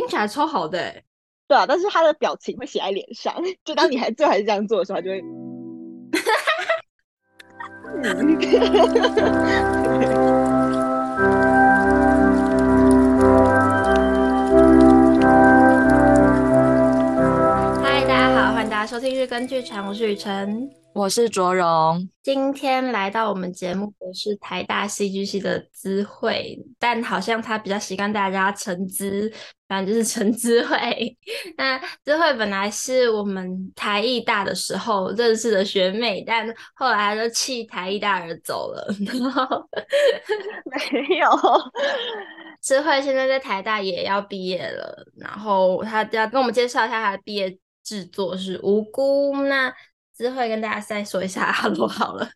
起来超好的欸。 对啊，但是他的表情会写在脸上，就当你最后还是这样做的时候，他就会嗯，对， 嗨，大家好，欢迎大家收听日更剧场，我是雨辰。 我是卓荣。 今天来到我们节目的是台大戏剧系的资慧，但好像他比较习惯大家陈资，反正就是陈资慧。那资慧本来是我们台艺大的时候认识的学妹，但后来她就弃台艺大而走了。然后没有， 智慧现在在台大也要毕业了，然后他要跟我们介绍一下他的毕业制作是《无辜》。那智慧跟大家再说一下 hello 好了。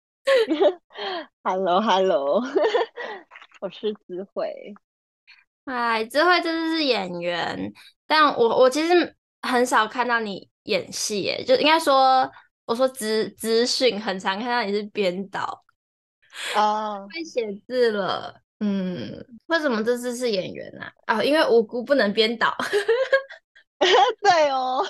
，hello hello，我是智慧， 哎，智慧真的是演员，但我其实很少看到你演戏耶，就应该说，我说资讯很常看到你是编导， 啊， 会写字了。为什么这次是演员啊？啊，因为无辜不能编导。 对哦，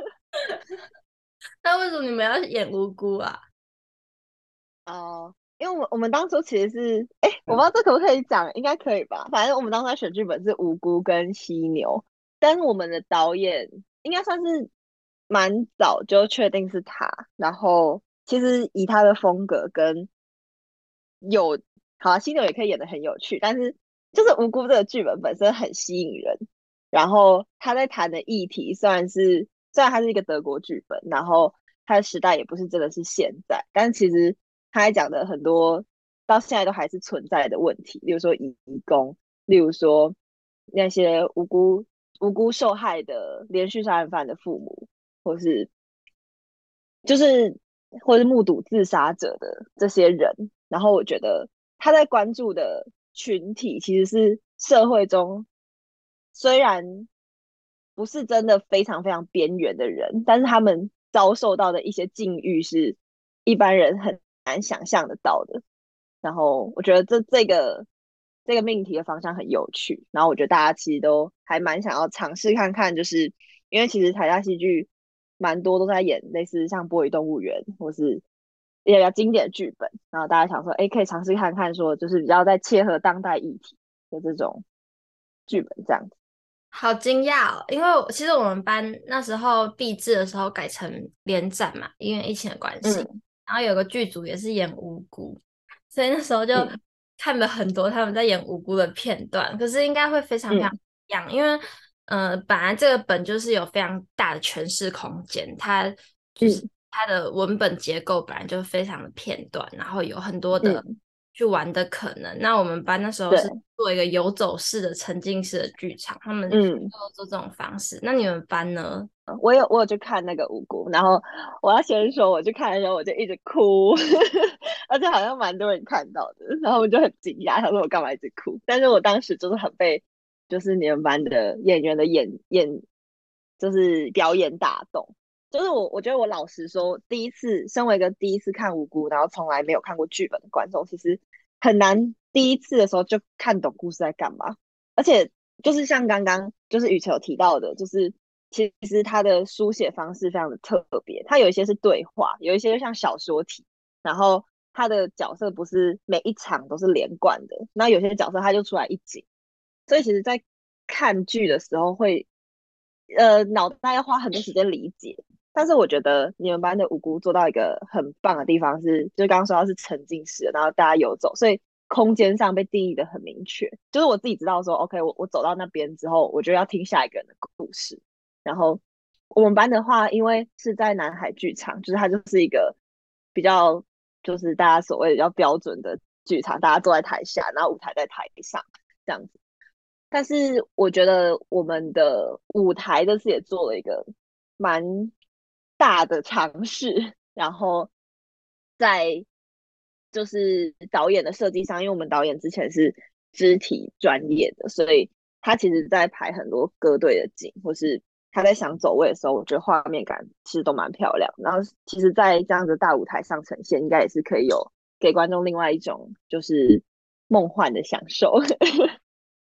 那为什么你们要演无辜啊？ 哦，因为我们当初其实是，哎，我不知道这可不可以讲，应该可以吧？反正我们当时在选剧本是无辜跟犀牛，但我们的导演应该算是蛮早就确定是他，然后其实以他的风格跟有，好啊，犀牛也可以演得很有趣，但是就是无辜这个剧本本身很吸引人，然后他在谈的议题虽然它是一个德国剧本，然后它的时代也不是真的是现在，但其实他还讲的很多到现在都还是存在的问题，例如说移工，例如说那些无辜受害的连续杀人犯的父母，或是就是或是目睹自杀者的这些人，然后我觉得他在关注的群体其实是社会中虽然不是真的非常非常边缘的人，但是他们遭受到的一些境遇是一般人很难想象得到的。然后我觉得这个命题的方向很有趣，然后我觉得大家其实都还蛮想要尝试看看，就是因为其实台大戏剧蛮多都在演类似像《波语动物园》或是一些比较经典的剧本，然后大家想说，哎，可以尝试看看说，就是比较在切合当代议题的这种剧本这样子。 好惊讶哦！因为其实我们班那时候毕制的时候改成连展嘛，因为疫情的关系， 嗯然后有个剧组也是演无辜，所以那时候就嗯看了很多他们在演无辜的片段。可是应该会非常非常嗯一样，因为本来这个本就是有非常大的诠释空间，它就是嗯它的文本结构本来就非常的片段，然后有很多的嗯， 去玩的可能。那我们班那时候是对， 做一个游走式的沉浸式的剧场，他们嗯。 就做这种方式。那你们班呢？ 我有去看那个无辜，然后我要先说，我去看的时候我就一直哭，而且好像蛮多人看到的，然后我就很惊讶，他说我干嘛一直哭？但是我当时就是很被就是你们班的演员的就是表演打动，就是我觉得我老实说，身为一个第一次看无辜，然后从来没有看过剧本的观众，其实很难第一次的时候就看懂故事在干嘛。而且就是像刚刚就是雨辰有提到的，就是其实他的书写方式非常的特别，他有一些是对话，有一些就像小说体，然后他的角色不是每一场都是连贯的，那有些角色他就出来一集，所以其实在看剧的时候会脑袋要花很多时间理解。但是我觉得你们班的无辜做到一个很棒的地方是，就刚刚说到是沉浸式的，然后大家游走，所以空间上被定义的很明确。就是我自己知道说，OK，我走到那边之后，我就要听下一个人的故事。然后我们班的话，因为是在南海剧场，就是它就是一个比较就是大家所谓的比较标准的剧场，大家坐在台下，然后舞台在台上这样子。但是我觉得我们的舞台这次也做了一个蛮大的尝试，然后在就是导演的设计上，因为我们导演之前是肢体专业的，所以他其实在排很多歌队的景，或是他在想走位的时候，我觉得画面感其实都蛮漂亮。然后其实，在这样子大舞台上呈现，应该也是可以有给观众另外一种就是梦幻的享受。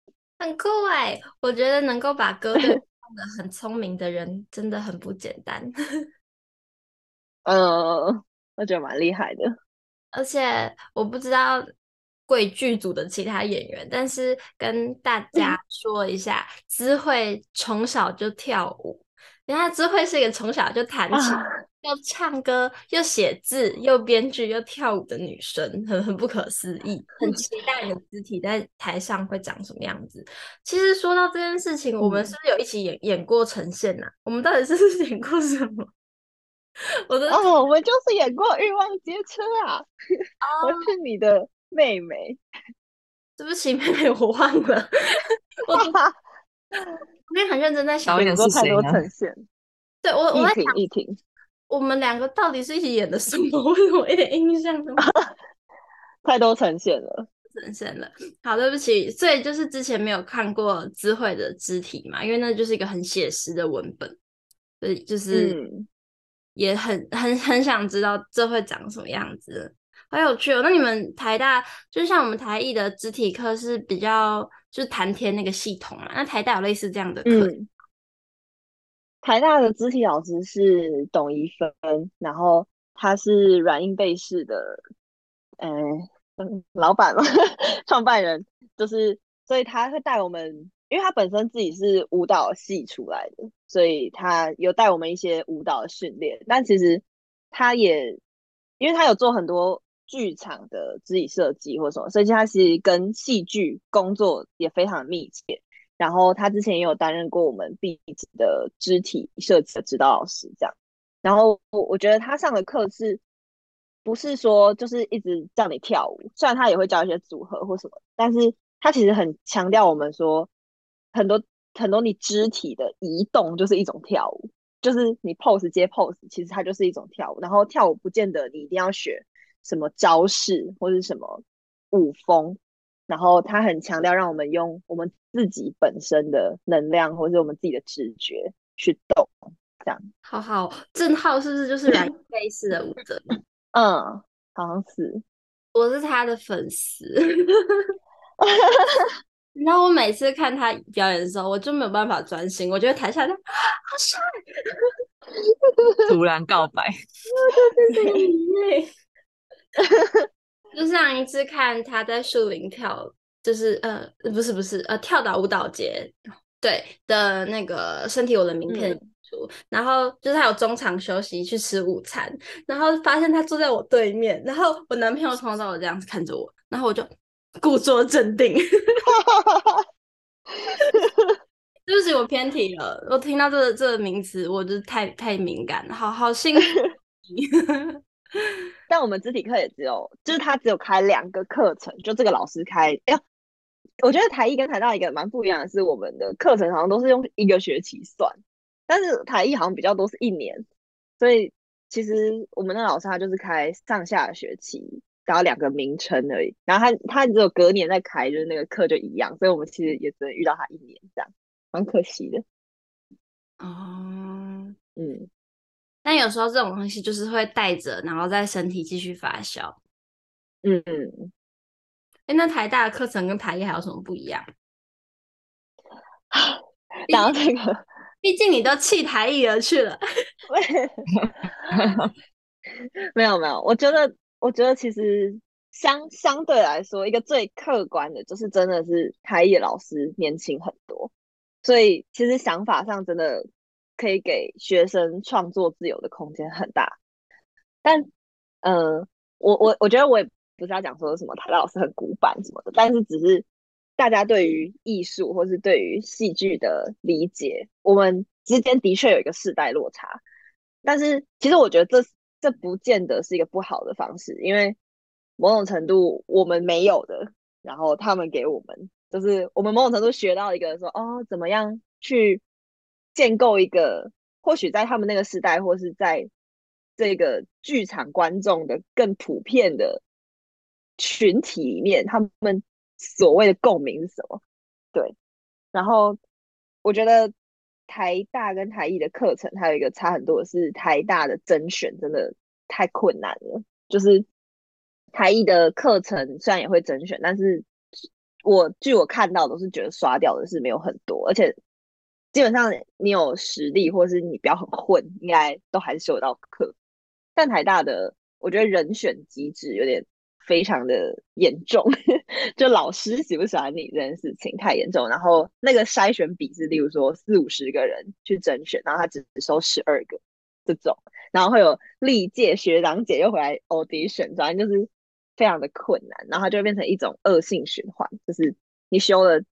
很酷哎！我觉得能够把歌队唱得很聪明的人真的很不简单。 我觉得蛮厉害的。 而且我不知道贵剧组的其他演员，但是跟大家说一下，知慧从小就跳舞，人家知慧是一个从小就弹琴、 啊， 又唱歌、又写字、又编剧、又跳舞的女生，很不可思议。很期待你的肢体在台上会长什么样子。其实说到这件事情，我们是嗯， 不是有一起演过呈现呐、我们到底是不是演过什么？我都我们就是演过《欲望街车》啊，我是你的妹妹。 对不起，妹妹，我忘了。我昨天很认真在想， 导演演过太多是谁呢？ 呈现。 对我一在想， 婷一婷， 我们两个到底是一起演的什么？为什么我一点印象都没太多呈现了。 呈现了？好，对不起，所以就是之前没有看过知慧的肢体嘛，因为那就是一个很写实的文本，所以就是嗯也很想知道这会长什么样子，好有趣哦。那你们台大就像我们台艺的肢体课是比较就是谈天那个系统嘛，那台大有类似这样的课？ 嗯，台大的肢体老师是董一芬，然后他是软硬贝氏的，呃，老板嘛，创办人，就是所以他会带我们，因为他本身自己是舞蹈系出来的，所以他有带我们一些舞蹈的训练。但其实他也，因为他有做很多剧场的肢体设计或什么，所以他其实跟戏剧工作也非常的密切。然后他之前也有担任过我们毕制的肢体设计的指导老师，这样。然后我觉得他上的课不是说就是一直叫你跳舞，虽然他也会教一些组合或什么，但是他其实很强调我们说很多很多你肢体的移动就是一种跳舞，就是你 pose 接 pose，其实它就是一种跳舞。然后跳舞不见得你一定要学什么招式或是什么舞风，然后他很强调让我们用我们自己本身的能量或是我们自己的直觉去动，这样。 好好，郑浩是不是就是软类似的舞者？ 嗯，好像是。 我是他的粉丝。然后我每次看他表演的时候，我就没有办法专心，我觉得台下就好帅， 突然告白， 变成迷妹。就上一次看他在树林跳，就是不是跳岛舞蹈节对的那个身体我的名片演嗯， 出，然后就是他有中场休息去吃午餐，然后发现他坐在我对面，然后我男朋友从头到尾这样子看着我，然后我就故作镇定。对不起，我偏题了。我听到这个名词，我就太敏感了，好幸福。 但我们肢体课也就是他只有开2个课程，就这个老师开。哎呀，我觉得台艺跟台大一个蛮不一样的是，我们的课程好像都是用一个学期算，但是台艺好像比较多是1年，所以其实我们的老师他就是开上下学期，然后2个名称而已，然后他只有隔年再开，就是那个课就一样，所以我们其实也只能遇到他1年这样，蛮可惜的。 哦， 嗯， 但有时候这种东西就是会带着，然后在身体继续发酵。 嗯， 哎，那台大的课程跟台艺还有什么不一样？毕竟然后这个毕竟你都弃台艺而去了。 没有，我觉得其实相对来说，一个最客观的就是真的是台艺老师年轻很多，所以其实想法上真的可以给学生创作自由的空间很大。但我觉得我也不是要讲说什么台大老师很古板什么的，但是只是大家对于艺术或是对于戏剧的理解，我们之间的确有一个世代落差。但是其实我觉得这不见得是一个不好的方式，因为某种程度我们没有的，然后他们给我们，就是我们某种程度学到一个说哦，怎么样去建构一个，或许在他们那个时代，或是在这个剧场观众的更普遍的群体里面，他们所谓的共鸣是什么？对，然后我觉得台大跟台艺的课程还有一个差很多的是，台大的甄选真的太困难了。就是台艺的课程虽然也会甄选，但是据我看到都是觉得刷掉的是没有很多，而且基本上你有实力或是你不要很混，应该都还是修得到课。但台大的我觉得人选机制有点非常的严重，就老师喜不喜欢你这件事情太严重。然后那个筛选比是，例如说40-50个人去甄选，然后他只收12个这种，然后会有历届学长姐又回来 audition，反正就是非常的困难，然后它就会变成一种恶性循环，就是你修了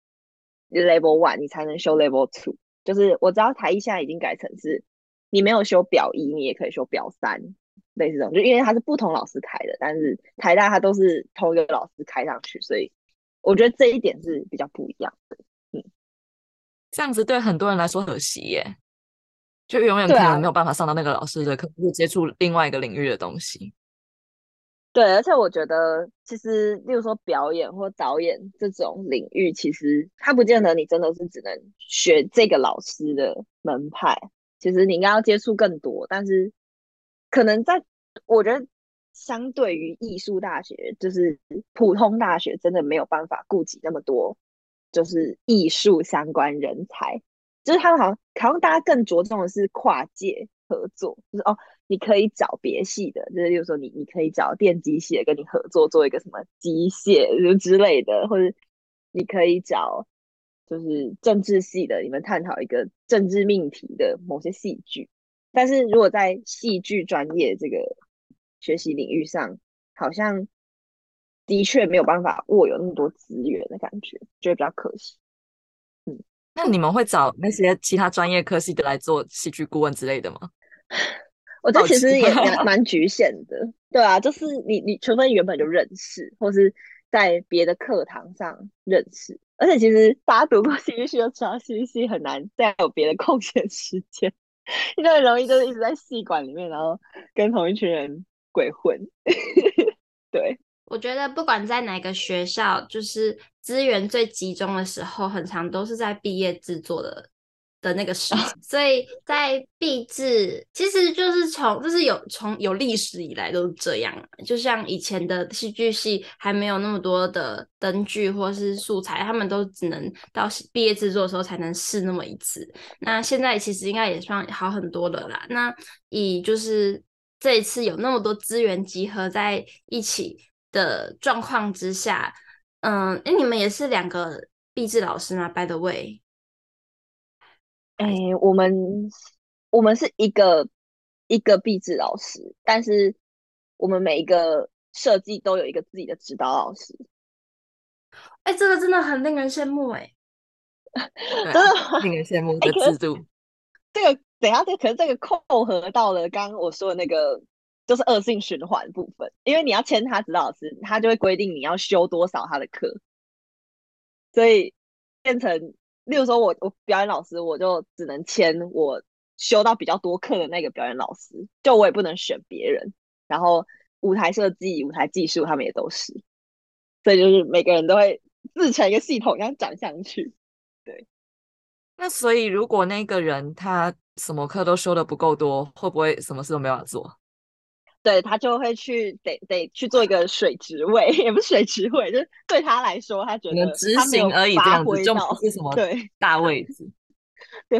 Level One，你才能修 Level Two。就是我知道台艺现在已经改成是，你没有修表一，你也可以修表三，类似这种，就因为它是不同老师开的，但是台大它都是同一个老师开上去，所以我觉得这一点是比较不一样的。嗯， 这样子对很多人来说可惜耶，就永远对啊， 可能没有办法上到那个老师的课，或接触另外一个领域的东西。 对，而且我觉得，其实，例如说表演或导演这种领域，其实它不见得你真的是只能学这个老师的门派，其实你应该要接触更多。但是，可能在我觉得，相对于艺术大学，就是普通大学，真的没有办法顾及那么多，就是艺术相关人才。就是他们好像大家更着重的是跨界合作，就是哦，你可以找别系的，就是例如说你可以找电机系的跟你合作做一个什么机械之类的，或者你可以找就是政治系的，你们探讨一个政治命题的某些戏剧。但是如果在戏剧专业这个学习领域上，好像的确没有办法握有那么多资源的感觉，觉得比较可惜。嗯。 那你们会找那些其他专业科系的来做戏剧顾问之类的吗？ 我觉得好奇。 其实也蛮局限的，对啊，就是你除非原本就认识，或是在别的课堂上认识，而且其实大家读过戏剧系就知道，戏剧系很难再有别的空闲时间，你就很容易就是一直在戏馆里面，然后跟同一群人鬼混。对， 我觉得不管在哪个学校，就是资源最集中的时候，很常都是在毕业制作的那个时期。所以在毕制，其实就是从有历史以来都是这样。就像以前的戏剧系还没有那么多的灯具或是素材，他们都只能到毕业制作的时候才能试那么一次。那现在其实应该也算好很多了啦。那以就是这一次有那么多资源集合在一起的状况之下，你们也是两个毕制老师吗？By the way， 哎，我们是一个毕制老师，但是我们每一个设计都有一个自己的指导老师。 哎，这个真的很令人羡慕哎。 对啊， 真的吗？ 令人羡慕哎， 的制度。 这个等一下，可是这个扣合到了刚刚我说的那个，就是恶性循环部分，因为你要签他指导老师，他就会规定你要修多少他的课，所以变成，例如说我表演老师，我就只能签我修到比较多课的那个表演老师，就我也不能选别人。然后舞台设计、舞台技术他们也都是，所以就是每个人都会自成一个系统，这样转上去。对。 那所以如果那个人他什么课都修的不够多，会不会什么事都没办法做？ 对，他就会得去做一个水职位，也不是水职位，就是对他来说，他觉可能得他没有执行而已，这发样子就不挥到。 是什么对大位置。 对。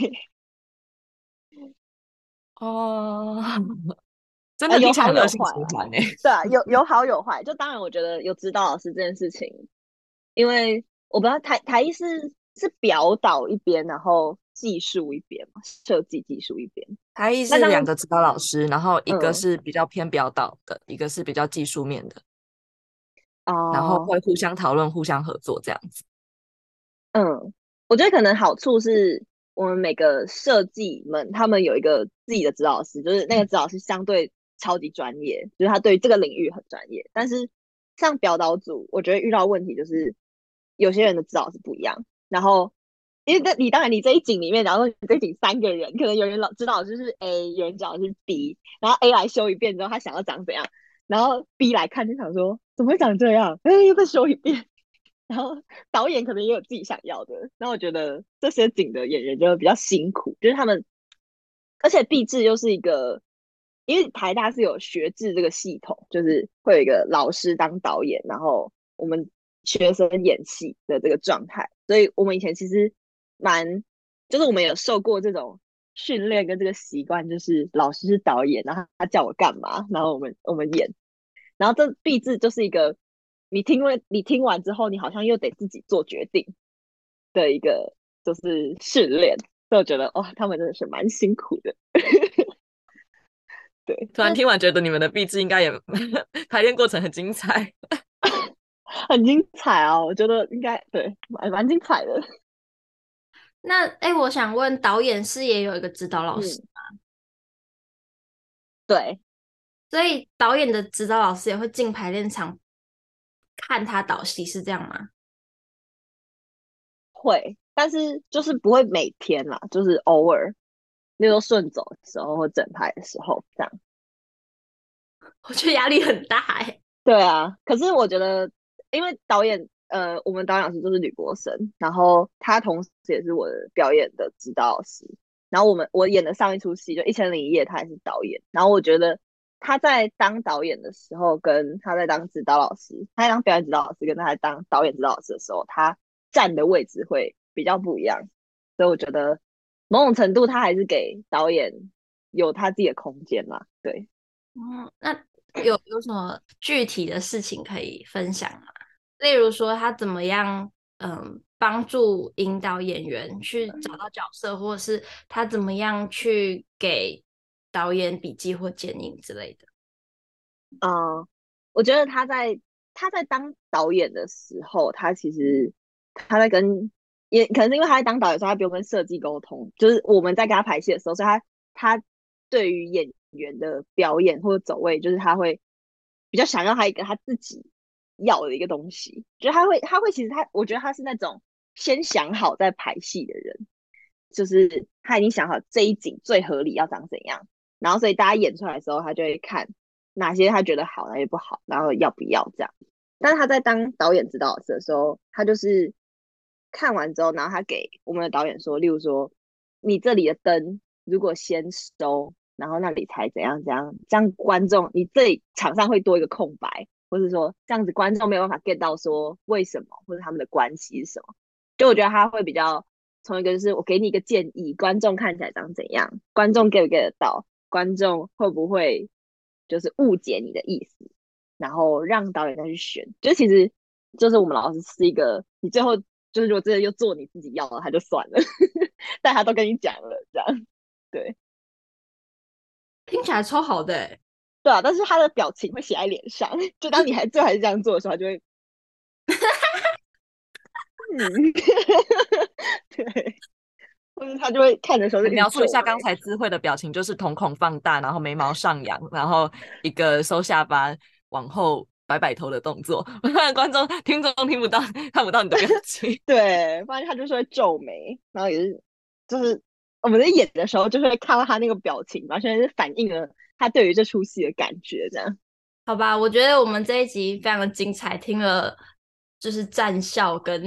哦。真的听有好起来很恶性有坏啊。 循环呢。 对啊，有好有坏。就当然，我觉得有指导老师这件事情，因为我不知道台艺是表导一边，然后技术一边嘛，设计技术一边。 台艺是那当然， 两个指导老师，然后一个嗯是比较偏表导的，一个是比较技术面的，然后哦、 会互相讨论、互相合作这样子。 嗯，我觉得可能好处是我们每个设计们，他们有一个自己的指导老师，就是那个指导老师相对超级专业，就是他对这个领域很专业。但是像表导组，我觉得遇到问题就是有些人的指导是不一样，然后因为你当然你这一景里面，然后你这一景3个人，可能有人指导老师是 A，有人指导老师是 B，然后 A 来修一遍之后，他想要长怎样，然后 B 来看就想说怎么会长这样，又再修一遍。然后导演可能也有自己想要的。那我觉得这些景的演员就比较辛苦，就是他们，而且毕制又是一个，因为台大是有学制这个系统，就是会有一个老师当导演，然后我们学生演戏的这个状态，所以我们以前其实就是我们有受过这种训练跟这个习惯，就是老师是导演，然后他叫我干嘛，然后我们演，然后这毕制就是一个你听完之后，你好像又得自己做决定的一个就是训练，所以我觉得哦，他们真的是蛮辛苦的。对， 突然听完觉得你们的壁纸应该也排练过程很精彩。 很精彩啊，我觉得应该对蛮精彩的。 那我想问，导演是也有一个指导老师， 对， 所以导演的指导老师也会进排练场看他导戏，是这样吗？ 会，但是就是不会每天啦，就是偶尔，那时候顺走的时候或整排的时候这样。 我觉得压力很大对啊，可是我觉得，因为我们导演老师就是吕国生，然后他同时也是我的表演的指导老师。然后我演的上一出戏就《1001夜》，他也是导演。然后我觉得他在当导演的时候，跟他在当指导老师，他在当表演指导老师，跟他在当导演指导老师的时候，他站的位置会比较不一样。所以我觉得某种程度他还是给导演有他自己的空间嘛。对。 那有什么具体的事情可以分享吗？例如说他怎么样，帮助引导演员去找到角色，或者是他怎么样去给导演笔记或建议之类的。 我觉得他在当导演的时候，他其实他在跟也可能是因为他在当导演的时候，他不用跟设计沟通，就是我们在跟他排戏的时候，所以他对于演员的表演或者走位，就是他会比较想要他一个他自己要的一个东西，就是他会其实我觉得他是那种先想好再排戏的人，就是他已经想好这一景最合理要长怎样，然后所以大家演出来的时候，他就会看哪些他觉得好，哪些不好，然后要不要这样。但是他在当导演指导老师的时候，他就是看完之后，然后他给我们的导演说，例如说，你这里的灯如果先收，然后那里才怎样怎样，这样观众你这里场上会多一个空白，或者说这样子观众没有办法 get 到说为什么或者他们的关系是什么。就我觉得他会比较从一个就是我给你一个建议，观众看起来长怎样，观众 get 不 get 得到，观众会不会就是误解你的意思，然后让导演再去选。就其实就是我们老师是一个，你最后就是如果真的又做你自己要的，他就算了，但他都跟你讲了，这样对听起来超好的对啊。但是他的表情会写在脸上，就当你最后还是这样做的时候，他就会对，或者他就会看的时候就描述一下皱眉。 刚才知慧的表情，就是瞳孔放大，然后眉毛上扬，然后一个收下巴往后摆头的动作，听众听不到，看不到你的表情。 对，发现他就是会皱眉，然后也是就是我们在演的时候，就是会看到他那个表情，完全是反映了他对于这出戏的感觉，这样。 好吧，我觉得我们这一集非常的精彩，听了就是战校跟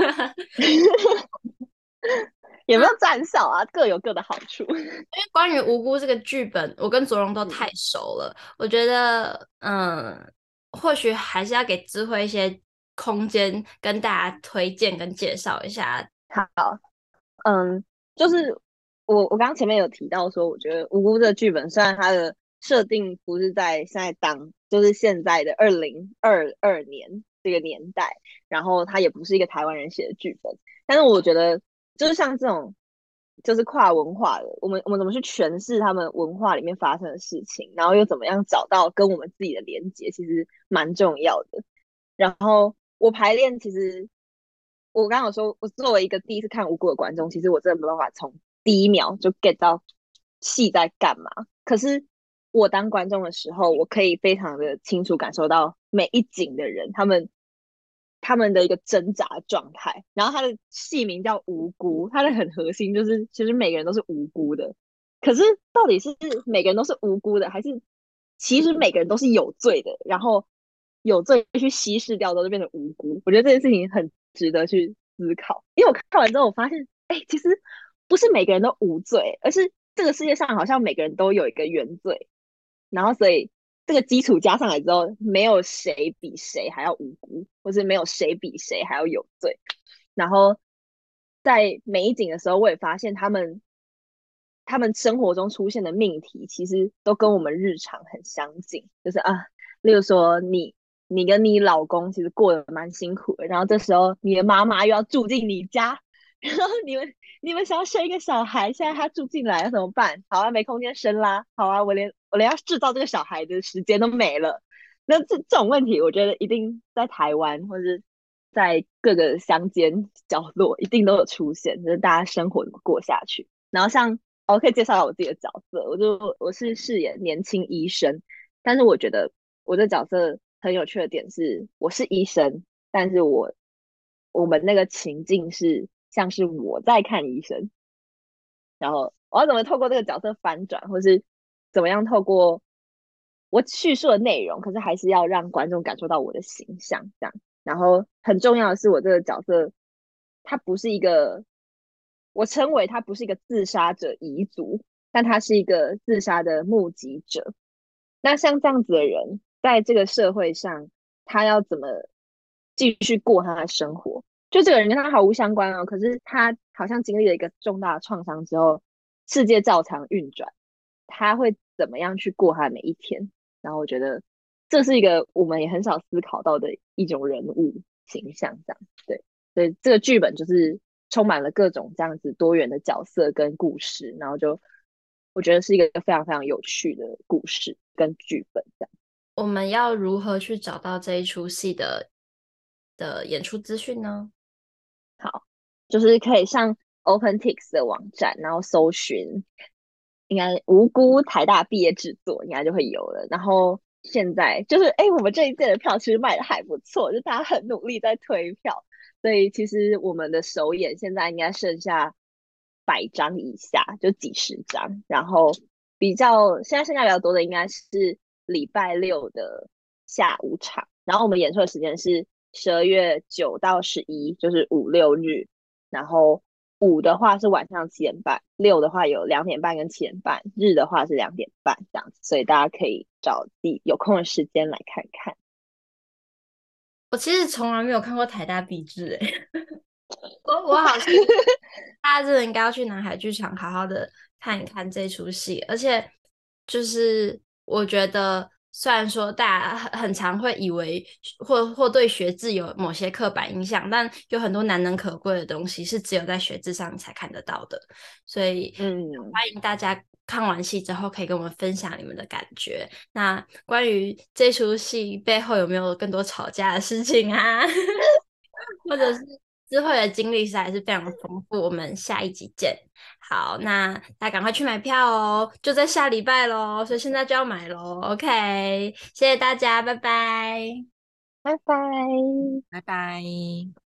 也没有战少啊，各有各的好处。 关于无辜这个剧本，我跟卓荣都太熟了，我觉得或许还是要给智慧一些空间，跟大家推荐跟介绍一下。 好，嗯，就是我刚刚前面有提到说，我觉得无辜这个剧本虽然它的设定不是在现在就是现在的2022年这个年代，然后它也不是一个台湾人写的剧本，但是我觉得就是像这种就是跨文化的，我们怎么去诠释他们文化里面发生的事情，然后又怎么样找到跟我们自己的连接，其实蛮重要的。然后我排练其实我刚刚有说，我作为一个第一次看无辜的观众，其实我真的没办法从第一秒就 get 到戏在干嘛。可是我当观众的时候，我可以非常的清楚感受到每一景的人他们的一个挣扎状态。然后他的戏名叫无辜，他的很核心就是其实每个人都是无辜的。可是到底是每个人都是无辜的，还是其实每个人都是有罪的？然后有罪去稀释掉之后就变成无辜。我觉得这件事情很值得去思考，因为我看完之后我发现，哎，其实不是每个人都无罪，而是这个世界上好像每个人都有一个原罪，然后所以这个基础加上来之后，没有谁比谁还要无辜，或是没有谁比谁还要有罪。然后在美景的时候，我也发现他们生活中出现的命题，其实都跟我们日常很相近，就是例如说你跟你老公其实过得蛮辛苦的，然后这时候你的妈妈又要住进你家，然后你们想要生一个小孩，现在他住进来要怎么办？好啊，没空间生啦。好啊，我连要制造这个小孩的时间都没了。那这种问题，我觉得一定在台湾或是在各个乡间角落一定都有出现，就是大家生活怎么过下去。然后像我可以介绍我自己的角色，我是饰演年轻医生，但是我觉得我的角色很有趣的点是，我是医生，但是我们那个情境是像是我在看医生，然后我要怎么透过这个角色翻转，或是怎么样透过我叙述的内容，可是还是要让观众感受到我的形象，这样。然后很重要的是，我这个角色他不是一个，我称为他不是一个自杀者遗族，但他是一个自杀的目击者。那像这样子的人，在这个社会上，他要怎么继续过他的生活？就这个人跟他毫无相关哦，可是他好像经历了一个重大的创伤之后，世界照常运转，他会怎么样去过他的每一天？然后我觉得这是一个我们也很少思考到的一种人物形象，这样对，所以这个剧本就是充满了各种这样子多元的角色跟故事，然后就我觉得是一个非常非常有趣的故事跟剧本这样。 我们要如何去找到这一出戏的演出资讯呢？ 好，就是可以上 OpenTix 的网站，然后搜寻应该无辜台大毕业制作，应该就会有了。然后现在就是，我们这一届的票其实卖的还不错，就大家很努力在推票，所以其实我们的首演现在应该剩下100张以下，就几十张。然后现在剩下比较多的应该是礼拜六的下午场，然后我们演出的时间是12月9到11，就是5、6日。然后5的话是晚上7点半，6的话有2点半跟7点半，日的话是2点半这样子，所以大家可以找有空的时间来看看。 我其实从来没有看过台大毕制诶，我好像大家真的应该要去南海剧场好好的看一看这出戏，而且就是我觉得，虽然说大家很常会以为或对学制有某些刻板印象，但有很多难能可贵的东西是只有在学制上你才看得到的，所以欢迎大家看完戏之后可以跟我们分享你们的感觉。那关于这出戏背后有没有更多吵架的事情啊？或者是智慧的经历实在是非常的丰富。我们下一集见。好，那大家赶快去买票哦，就在下礼拜咯，所以现在就要买咯。OK，谢谢大家，拜拜。 拜拜。 拜拜。